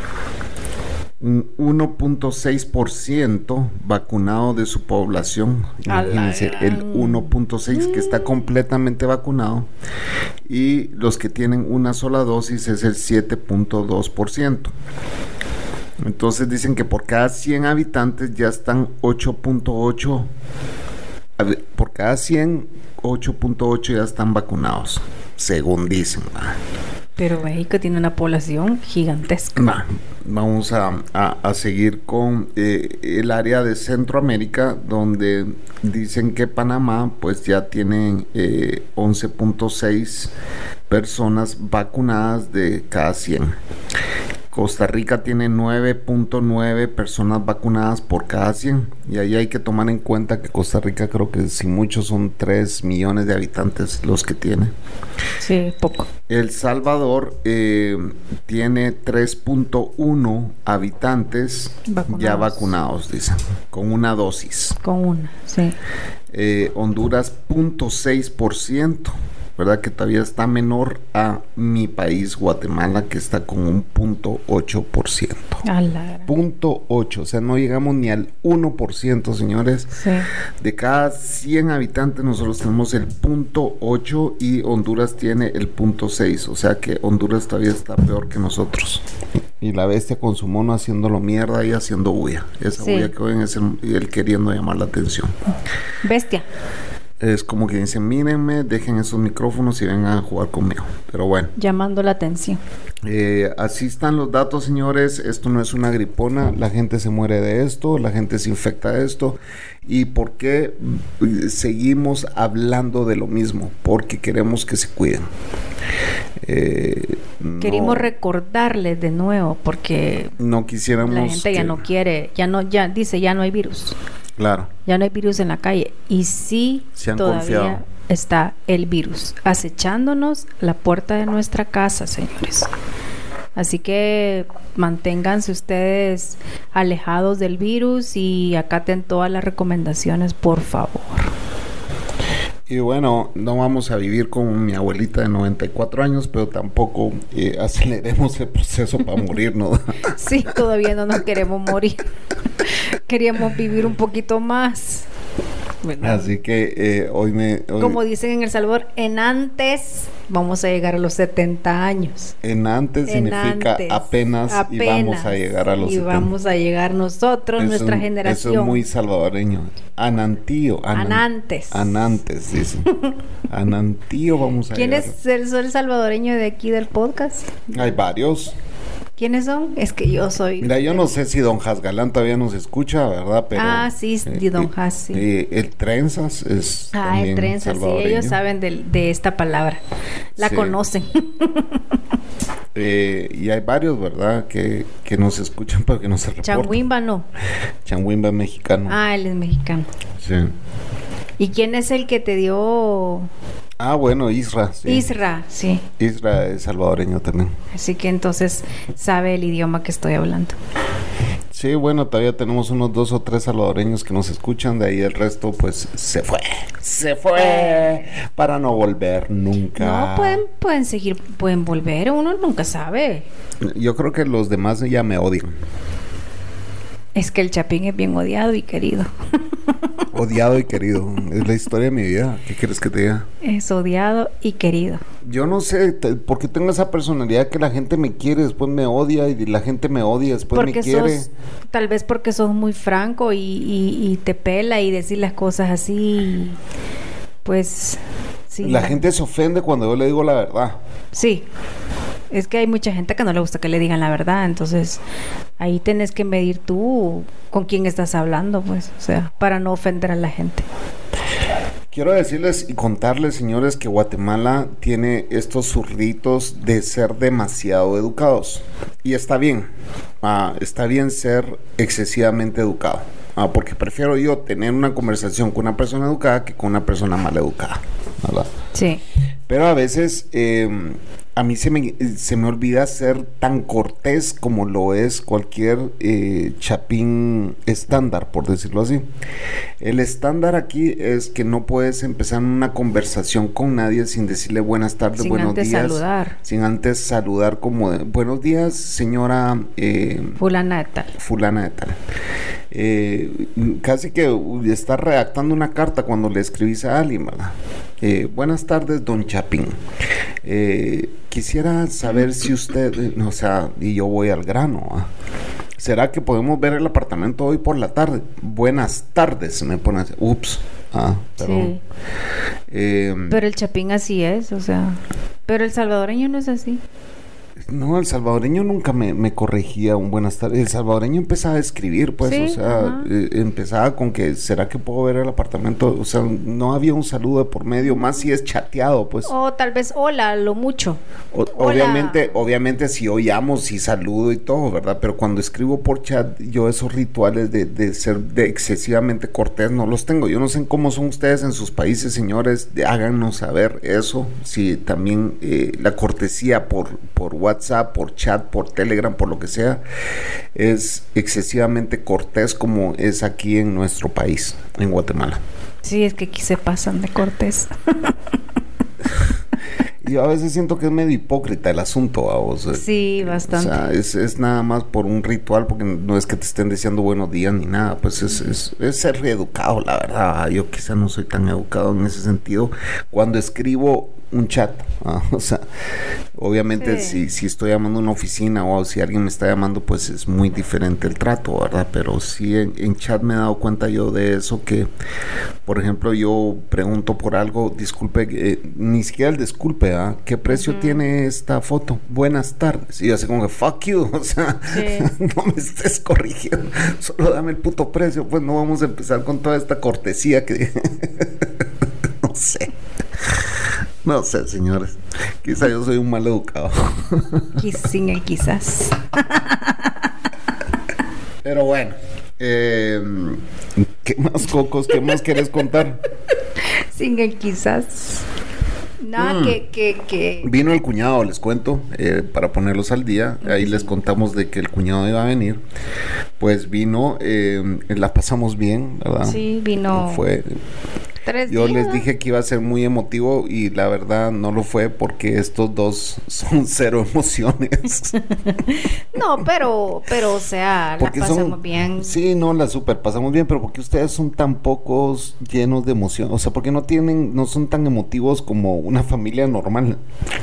1.6% vacunado de su población. Imagínense, el 1.6 que está completamente vacunado, y los que tienen una sola dosis es el 7.2%. Entonces dicen que por cada 100 habitantes ya están 8.8, por cada 100, 8.8 ya están vacunados, según dicen, ¿verdad? Pero México tiene una población gigantesca. Vamos a seguir con el área de Centroamérica, donde dicen que Panamá pues ya tienen 11.6 personas vacunadas de cada 100. Costa Rica tiene 9.9 personas vacunadas por cada 100. Y ahí hay que tomar en cuenta que Costa Rica, creo que si muchos son 3 millones de habitantes los que tiene. Sí, poco. El Salvador tiene 3.1 habitantes ya vacunados, dicen, con una dosis. Con una, sí. Honduras, 0.6%. ¿Verdad? Que todavía está menor a mi país, Guatemala, que está con un 0.8%. 0.8, o sea, no llegamos ni al 1%, señores. Sí. De cada 100 habitantes nosotros tenemos el 0.8 y Honduras tiene el 0.6, o sea que Honduras todavía está peor que nosotros. Y la bestia con su mono haciéndolo mierda y haciendo bulla. Esa bulla que oyen es el queriendo llamar la atención. Bestia. Es como que dicen, mírenme, dejen esos micrófonos y vengan a jugar conmigo. Pero bueno. Llamando la atención. Así están los datos, señores. Esto no es una gripona. La gente se muere de esto. La gente se infecta de esto. ¿Y por qué seguimos hablando de lo mismo? Porque queremos que se cuiden. Queremos recordarles de nuevo porque no quisiéramos la gente ya no quiere, ya dice, ya no hay virus. Claro. Ya no hay virus en la calle. Y sí, todavía confiado. Está el virus acechándonos la puerta de nuestra casa, señores. Así que manténganse ustedes alejados del virus y acaten todas las recomendaciones, por favor. Y bueno, no vamos a vivir con mi abuelita de 94 años, pero tampoco aceleremos el proceso para morirnos. Sí, todavía no nos queremos morir. Queríamos vivir un poquito más. Bueno, así que hoy como dicen en El Salvador, en antes vamos a llegar a los 70 años. En antes significa antes, apenas y vamos a llegar a los 70. Y vamos a llegar nosotros, nuestra generación. Eso es muy salvadoreño. Anantío. Anantes. Anantes, dicen. Anantío vamos a ¿Quién llegar. ¿Quién es el salvadoreño de aquí del podcast? Hay varios. ¿Quiénes son? Es que yo soy... Mira, yo no sé si Don Hasgalán todavía nos escucha, ¿verdad? Pero, sí, Don Has, sí. El Trenzas es el Trenzas, sí, ellos saben de esta palabra. La conocen. Y hay varios, ¿verdad? Que nos escuchan, pero que no se reportan. Changuimba no. Changuimba es mexicano. Él es mexicano. Sí. ¿Y quién es el que te dio...? Bueno, Isra. Sí. Isra, sí. Isra es salvadoreño también. Así que entonces sabe el idioma que estoy hablando. Sí, bueno, todavía tenemos unos 2 o 3 salvadoreños que nos escuchan, de ahí el resto pues se fue para no volver nunca. No, pueden seguir, pueden volver, uno nunca sabe. Yo creo que los demás ya me odian. Es que el Chapín es bien odiado y querido. Odiado y querido. Es la historia de mi vida. ¿Qué quieres que te diga? Es odiado y querido. Yo no sé por qué tengo esa personalidad que la gente me quiere, después me odia, y la gente me odia, después me quiere. Tal vez porque sos muy franco y te pela y decir las cosas así. Pues sí. La gente se ofende cuando yo le digo la verdad. Sí. Es que hay mucha gente que no le gusta que le digan la verdad, entonces ahí tenés que medir tú con quién estás hablando, pues, o sea, para no ofender a la gente. Quiero decirles y contarles, señores, que Guatemala tiene estos zurritos de ser demasiado educados. Y está bien ser excesivamente educado. Porque prefiero yo tener una conversación con una persona educada que con una persona mal educada, ¿verdad? Sí. Pero a veces a mí se me olvida ser tan cortés como lo es cualquier chapín estándar, por decirlo así. El estándar aquí es que no puedes empezar una conversación con nadie sin decirle buenas tardes, buenos días. Sin antes saludar como buenos días, señora fulana de tal. Fulana de tal. Casi que está redactando una carta cuando le escribís a alguien, ¿verdad? Buenas tardes, don Chapín. Quisiera saber si usted, y yo voy al grano, ¿eh? ¿Será que podemos ver el apartamento hoy por la tarde? Buenas tardes, me pone así. Ups. Perdón. Sí. Pero el Chapín así es, pero el salvadoreño no es así. No, el salvadoreño nunca me corregía un buenas tardes. El salvadoreño empezaba a escribir, pues, ¿sí? Empezaba con que, ¿será que puedo ver el apartamento? No había un saludo de por medio, más si es chateado, pues. O tal vez hola, lo mucho. Obviamente si yo llamo, si saludo y todo, ¿verdad? Pero cuando escribo por chat, yo esos rituales de ser excesivamente cortés no los tengo. Yo no sé cómo son ustedes en sus países, señores. Háganos saber eso. Si también la cortesía por WhatsApp, por chat, por Telegram, por lo que sea, es excesivamente cortés como es aquí en nuestro país, en Guatemala. Sí, es que aquí se pasan de cortés. Yo a veces siento que es medio hipócrita el asunto, vos. Sí, bastante. O sea, es nada más por un ritual, porque no es que te estén deseando buenos días ni nada, pues es ser reeducado, la verdad. Yo quizá no soy tan educado en ese sentido. Cuando escribo un chat, obviamente si estoy llamando a una oficina o si alguien me está llamando, pues es muy diferente el trato, ¿verdad? Pero sí en chat me he dado cuenta yo de eso, que por ejemplo yo pregunto por algo, disculpe, ni siquiera el disculpe, ¿qué precio tiene esta foto? Buenas tardes. Y yo así como que fuck you, no me estés corrigiendo, solo dame el puto precio, pues no vamos a empezar con toda esta cortesía que no sé, señores. Quizá yo soy un mal educado. Sin el quizás. Pero bueno. ¿Qué más, Cocos? ¿Qué más quieres contar? Sin el quizás. Nada que... Vino el cuñado, les cuento, para ponerlos al día. Ahí les contamos de que el cuñado iba a venir. Pues vino, la pasamos bien, ¿verdad? Sí, vino. Fue... 3 Yo días. les dije que iba a ser muy emotivo y la verdad no lo fue porque estos dos son cero emociones. No, pero o sea, Porque la pasamos bien. Sí, no, la super pasamos bien, pero porque ustedes son tan pocos llenos de emoción, o sea, porque no son tan emotivos como una familia normal.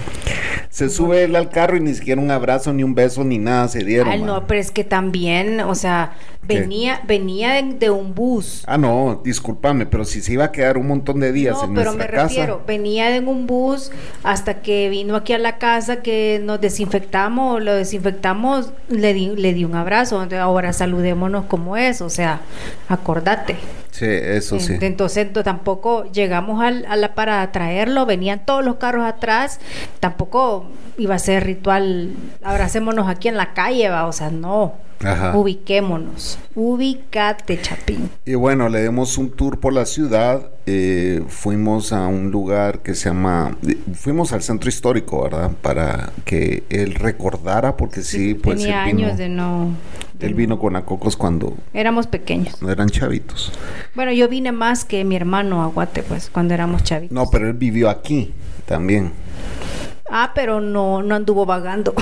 Se sube él al carro y ni siquiera un abrazo, ni un beso, ni nada se dieron. Ay, no, pero es que también, o sea, venía de un bus. Ah, no, discúlpame, pero si se iba a quedar un montón de días en pero nuestra me casa. refiero, venía en un bus hasta que vino aquí a la casa, que nos lo desinfectamos, le di un abrazo. Entonces, ahora saludémonos como es, o sea, acordate. Sí, eso sí. Entonces tampoco llegamos para traerlo, venían todos los carros atrás, tampoco iba a ser ritual, abracémonos aquí en la calle, o sea, no. Ajá. Ubiquémonos, ubícate, Chapín. Y bueno, le dimos un tour por la ciudad, fuimos a un lugar que se llama, fuimos al centro histórico, ¿verdad? Para que él recordara, porque sí, pues tenía años de no... Él vino con la Cocos cuando éramos pequeños. no eran chavitos. Bueno, yo vine más que mi hermano a Guate, pues, cuando éramos chavitos. No, pero él vivió aquí también. Ah, pero no anduvo vagando.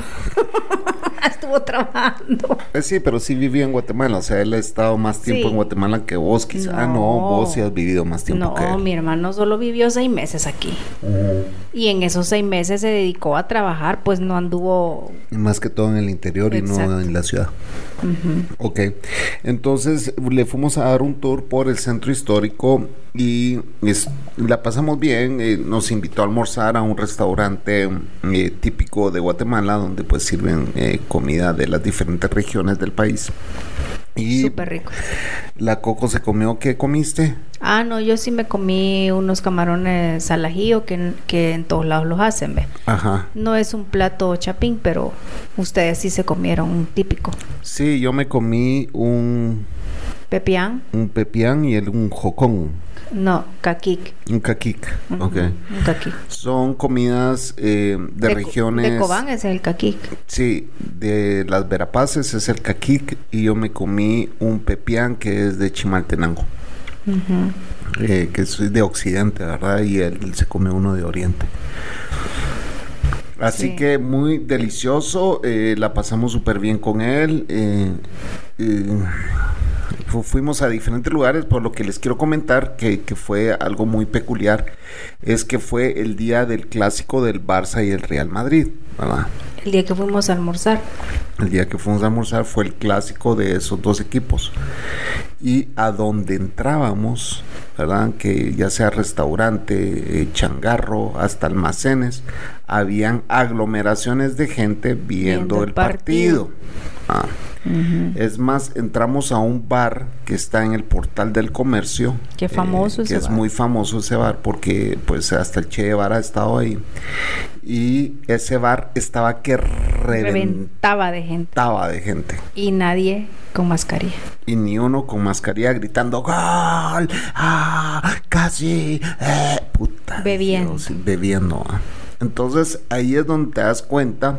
Estuvo trabajando. Sí, pero sí vivió en Guatemala, o sea, él ha estado más tiempo en Guatemala que vos, quizá. No, vos sí has vivido más tiempo que él. No, mi hermano solo vivió 6 meses aquí. Y en esos 6 meses se dedicó a trabajar, pues no anduvo... Más que todo en el interior. Exacto. Y no en la ciudad. Ok, entonces le fuimos a dar un tour por el centro histórico y la pasamos bien. Nos invitó a almorzar a un restaurante típico de Guatemala, donde pues sirven comida de las diferentes regiones del país. Y súper rico. La Coco se comió. ¿Qué comiste? Ah, no, yo sí me comí unos camarones al ajillo que en todos lados los hacen, ¿ve? Ajá. No es un plato Chapín, pero ustedes sí se comieron un típico. Sí, yo me comí un pepián. Un pepián y un jocón. No, caquic. Un caquic, ok. Un caquic. Son comidas de regiones... De Cobán es el caquic. Sí, de las Verapaces es el caquic y yo me comí un pepián que es de Chimaltenango. Que es de Occidente, ¿verdad? Y él se come uno de Oriente. Así que muy delicioso, la pasamos súper bien con él. Fuimos a diferentes lugares, por lo que les quiero comentar que fue algo muy peculiar, es que fue el día del clásico del Barça y el Real Madrid, ¿verdad? El día que fuimos a almorzar. El día que fuimos a almorzar fue el clásico de esos dos equipos. Y a donde entrábamos, ¿verdad? Que ya sea restaurante, changarro, hasta almacenes, habían aglomeraciones de gente viendo el partido. Es más, entramos a un bar que está en el Portal del Comercio. Qué famoso ese bar. Que es muy famoso ese bar porque pues hasta el Che Guevara ha estado ahí. Y ese bar estaba que reventaba de gente. Y nadie con mascarilla. Y ni uno con mascarilla gritando ¡Gol! ¡Ah! ¡Casi! ¡Puta! Bebiendo. Dios, bebiendo. Entonces ahí es donde te das cuenta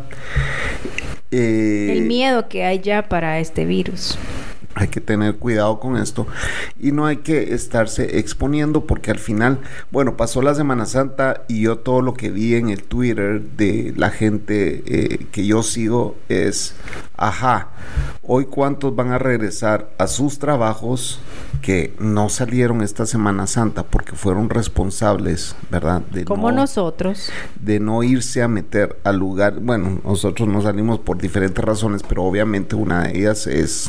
el miedo que hay ya para este virus. Hay que tener cuidado con esto y no hay que estarse exponiendo porque al final, bueno, pasó la Semana Santa y yo todo lo que vi en el Twitter de la gente que yo sigo es, hoy cuántos van a regresar a sus trabajos que no salieron esta Semana Santa porque fueron responsables, ¿verdad? Como nosotros. De no irse a meter al lugar, bueno, nosotros no salimos por diferentes razones, pero obviamente una de ellas es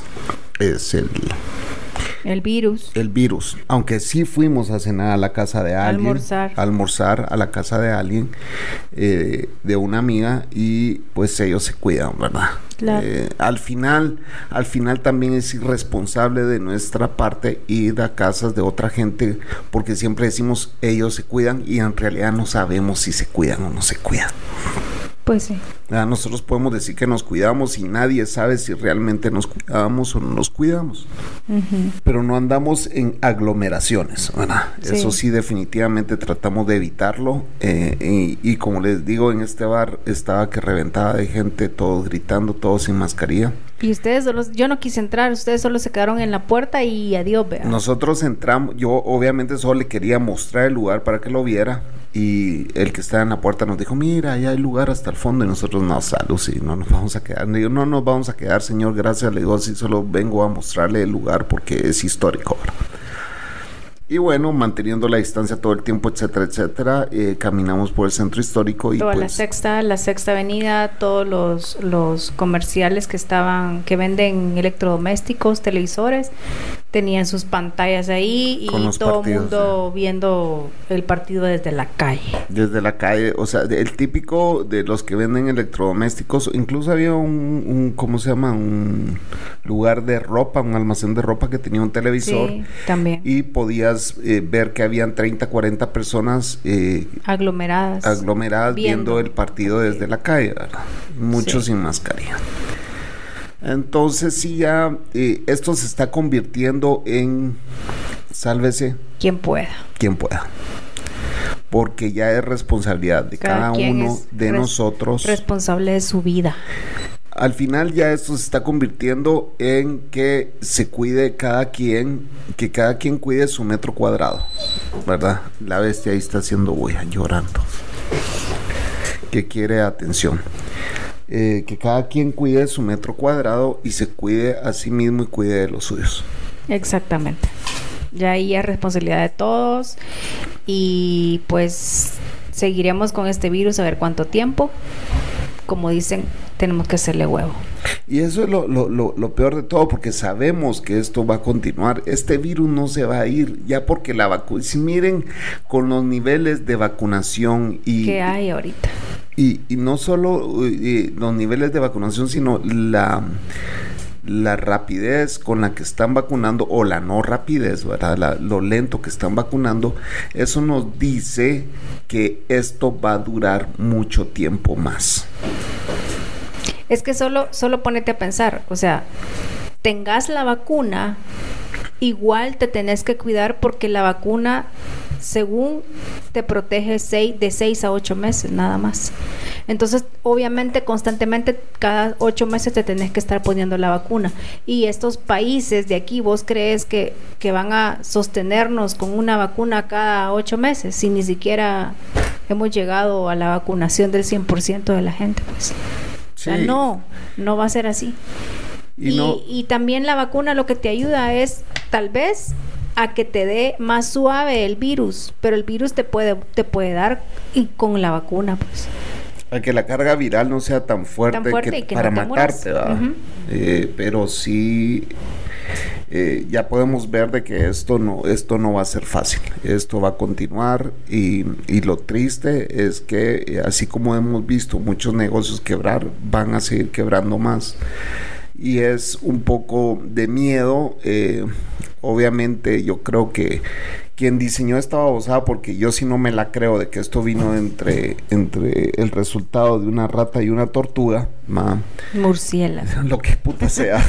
el virus, aunque sí fuimos a cenar a la casa de alguien, almorzar a la casa de alguien, de una amiga, y pues ellos se cuidan, ¿verdad? Claro. Al final también es irresponsable de nuestra parte ir a casas de otra gente, porque siempre decimos ellos se cuidan y en realidad no sabemos si se cuidan o no se cuidan. Pues sí. Nosotros podemos decir que nos cuidamos y nadie sabe si realmente nos cuidamos o no nos cuidamos. Pero no andamos en aglomeraciones, ¿verdad? Sí. Eso sí, definitivamente tratamos de evitarlo. Y como les digo, en este bar estaba que reventaba de gente, todos gritando, todos sin mascarilla. Y ustedes solo, yo no quise entrar, ustedes solo se quedaron en la puerta y adiós, vea. Nosotros entramos, yo obviamente solo le quería mostrar el lugar para que lo viera. Y el que estaba en la puerta nos dijo, mira, allá hay lugar hasta el fondo. Y nosotros, no, salud, sí, no nos vamos a quedar. Le digo, no nos vamos a quedar, señor, gracias. Le digo, sí, solo vengo a mostrarle el lugar porque es histórico, ¿verdad? Y bueno, manteniendo la distancia todo el tiempo, etcétera, etcétera, caminamos por el centro histórico y toda pues... la sexta avenida, todos los comerciales que venden electrodomésticos, televisores, tenían sus pantallas ahí y todo el mundo viendo el partido desde la calle. Desde la calle, o sea, el típico de los que venden electrodomésticos, incluso había un ¿cómo se llama? Un lugar de ropa, un almacén de ropa que tenía un televisor. Sí, también. Y podías ver que habían 30, 40 personas aglomeradas viendo el partido desde la calle, ¿verdad? Muchos sin mascarilla. Entonces sí, ya esto se está convirtiendo en sálvese quien pueda, porque ya es responsabilidad de cada uno de nosotros, responsable de su vida. Al final ya esto se está convirtiendo en que se cuide cada quien, que cada quien cuide su metro cuadrado, ¿verdad? La bestia ahí está haciendo bulla, llorando, que quiere atención. Que cada quien cuide su metro cuadrado y se cuide a sí mismo y cuide de los suyos. Exactamente. Ya ahí es responsabilidad de todos y pues seguiremos con este virus a ver cuánto tiempo. Como dicen, tenemos que hacerle huevo. Y eso es lo peor de todo, porque sabemos que esto va a continuar. Este virus no se va a ir, ya porque la vacuna... Si miren con los niveles de vacunación y... ¿Qué hay ahorita? Y no solo los niveles de vacunación, sino la rapidez con la que están vacunando, o la no rapidez, ¿verdad? Lo lento que están vacunando, eso nos dice que esto va a durar mucho tiempo más. Es que solo ponete a pensar, o sea, tengas la vacuna, igual te tenés que cuidar porque la vacuna, según te protege de 6 a 8 meses, nada más. Entonces, obviamente, constantemente, cada 8 meses te tenés que estar poniendo la vacuna. Y estos países de aquí, ¿vos crees que van a sostenernos con una vacuna cada 8 meses? Si ni siquiera hemos llegado a la vacunación del 100% de la gente, pues. Sí. O sea, no va a ser así. Y también la vacuna lo que te ayuda es, tal vez, a que te dé más suave el virus, pero el virus te puede dar y con la vacuna, pues. A que la carga viral no sea tan fuerte que para no matarte, ¿verdad? Uh-huh. Pero sí, ya podemos ver de que esto no va a ser fácil. Esto va a continuar y lo triste es que así como hemos visto muchos negocios quebrar, van a seguir quebrando más. Y es un poco de miedo. Obviamente yo creo que quien diseñó esta babosada, porque yo sí no me la creo de que esto vino entre el resultado de una rata y una tortuga, murciélago, lo que puta sea.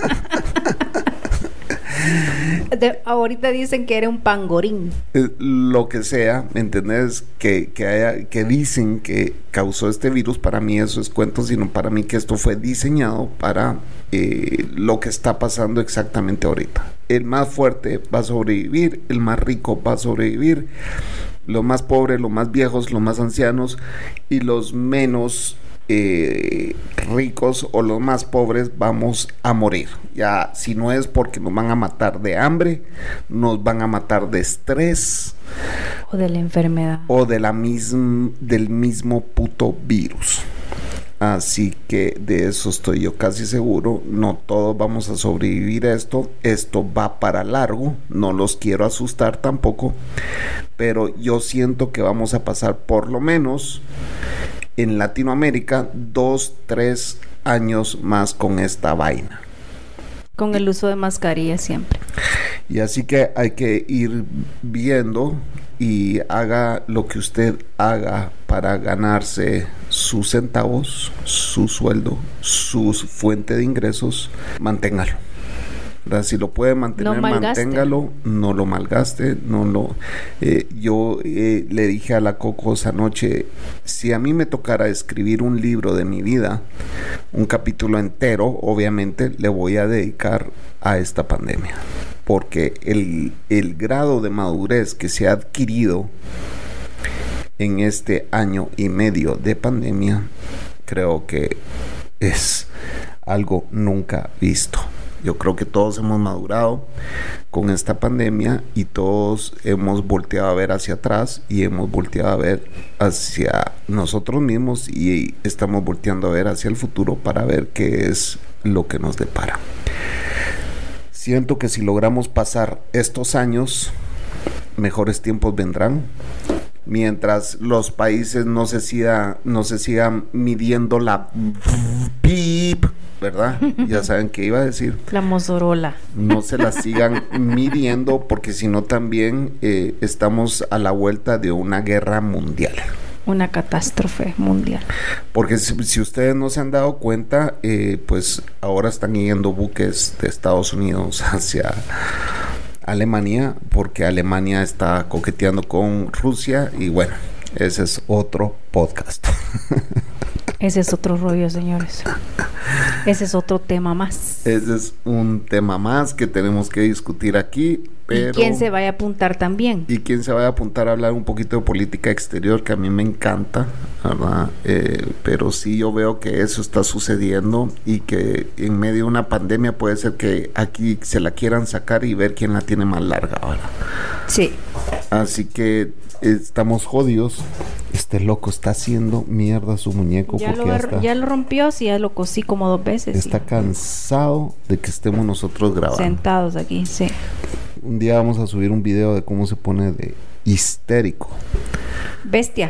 Ahorita dicen que era un pangorín. Lo que sea, ¿me entendés? Que dicen que causó este virus, para mí eso es cuento, sino para mí que esto fue diseñado para lo que está pasando exactamente ahorita. El más fuerte va a sobrevivir, el más rico va a sobrevivir, los más pobres, los más viejos, los más ancianos y los menos ricos o los más pobres vamos a morir. Ya, si no es porque nos van a matar de hambre, nos van a matar de estrés o de la enfermedad o de del mismo puto virus. Así que de eso estoy yo casi seguro. No todos vamos a sobrevivir a esto. Esto va para largo. No los quiero asustar tampoco, pero yo siento que vamos a pasar por lo menos en Latinoamérica 2-3 años más con esta vaina. Con el uso de mascarilla siempre. Y así que hay que ir viendo y haga lo que usted haga para ganarse sus centavos, su sueldo, su fuente de ingresos, manténgalo. ¿Verdad? Si lo puede mantener, manténgalo, no lo malgaste, yo le dije a la Cocos anoche, si a mí me tocara escribir un libro de mi vida, un capítulo entero, obviamente le voy a dedicar a esta pandemia, porque el grado de madurez que se ha adquirido en este año y medio de pandemia, creo que es algo nunca visto. Yo creo que todos hemos madurado con esta pandemia y todos hemos volteado a ver hacia atrás y hemos volteado a ver hacia nosotros mismos y estamos volteando a ver hacia el futuro para ver qué es lo que nos depara. Siento que si logramos pasar estos años, mejores tiempos vendrán. Mientras los países no se sigan midiendo la PIB, ¿verdad? Ya saben qué iba a decir. La Motorola. No se la sigan midiendo, porque si no también estamos a la vuelta de una guerra mundial. Una catástrofe mundial. Porque si ustedes no se han dado cuenta, pues ahora están yendo buques de Estados Unidos hacia Alemania, porque Alemania está coqueteando con Rusia y bueno, ese es otro podcast. Ese es otro rollo, señores. Ese es otro tema más. Ese es un tema más que tenemos que discutir aquí. Pero, ¿y quién se vaya a apuntar también? Y quién se vaya a apuntar a hablar un poquito de política exterior, que a mí me encanta, ¿verdad? Pero sí yo veo que eso está sucediendo y que en medio de una pandemia puede ser que aquí se la quieran sacar y ver quién la tiene más larga, ¿verdad? Sí. Así que estamos jodidos. Este loco está haciendo mierda su muñeco. Ya lo rompió, sí, ya lo cosí como 2 veces. Está cansado de que estemos nosotros grabando. Sentados aquí, sí. Un día vamos a subir un video de cómo se pone de histérico. Bestia.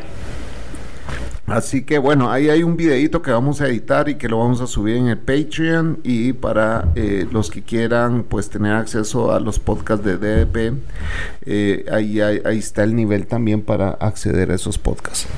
Así que bueno, ahí hay un videito que vamos a editar y que lo vamos a subir en el Patreon, y para los que quieran pues tener acceso a los podcasts de DDP, ahí está el nivel también para acceder a esos podcasts.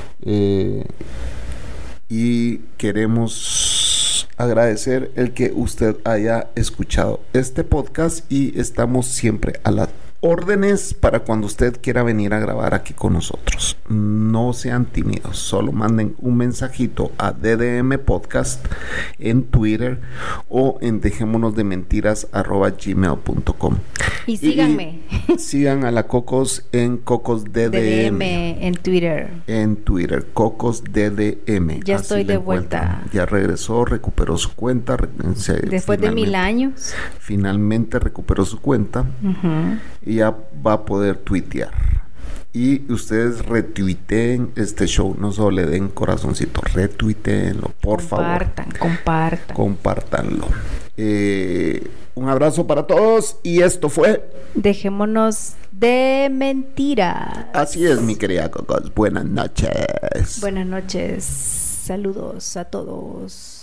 Y queremos agradecer el que usted haya escuchado este podcast, y estamos siempre a las órdenes para cuando usted quiera venir a grabar aquí con nosotros. No sean tímidos, solo manden un mensajito a DDM Podcast en Twitter o en dejémonosdementiras@gmail.com. Y síganme. Y sigan a la Cocos en Cocos DDM en Twitter. En Twitter, Cocos DDM. Ya estoy de vuelta. Ya regresó, recuperó su cuenta. Después de 1000 años. Finalmente recuperó su cuenta. Y ya va a poder tuitear. Y ustedes retuiteen este show, no solo le den corazoncito, retuiteenlo, por favor. Compártanlo. Un abrazo para todos, y esto fue Dejémonos de Mentiras. Así es, mi querida Cocos. Buenas noches. Buenas noches. Saludos a todos.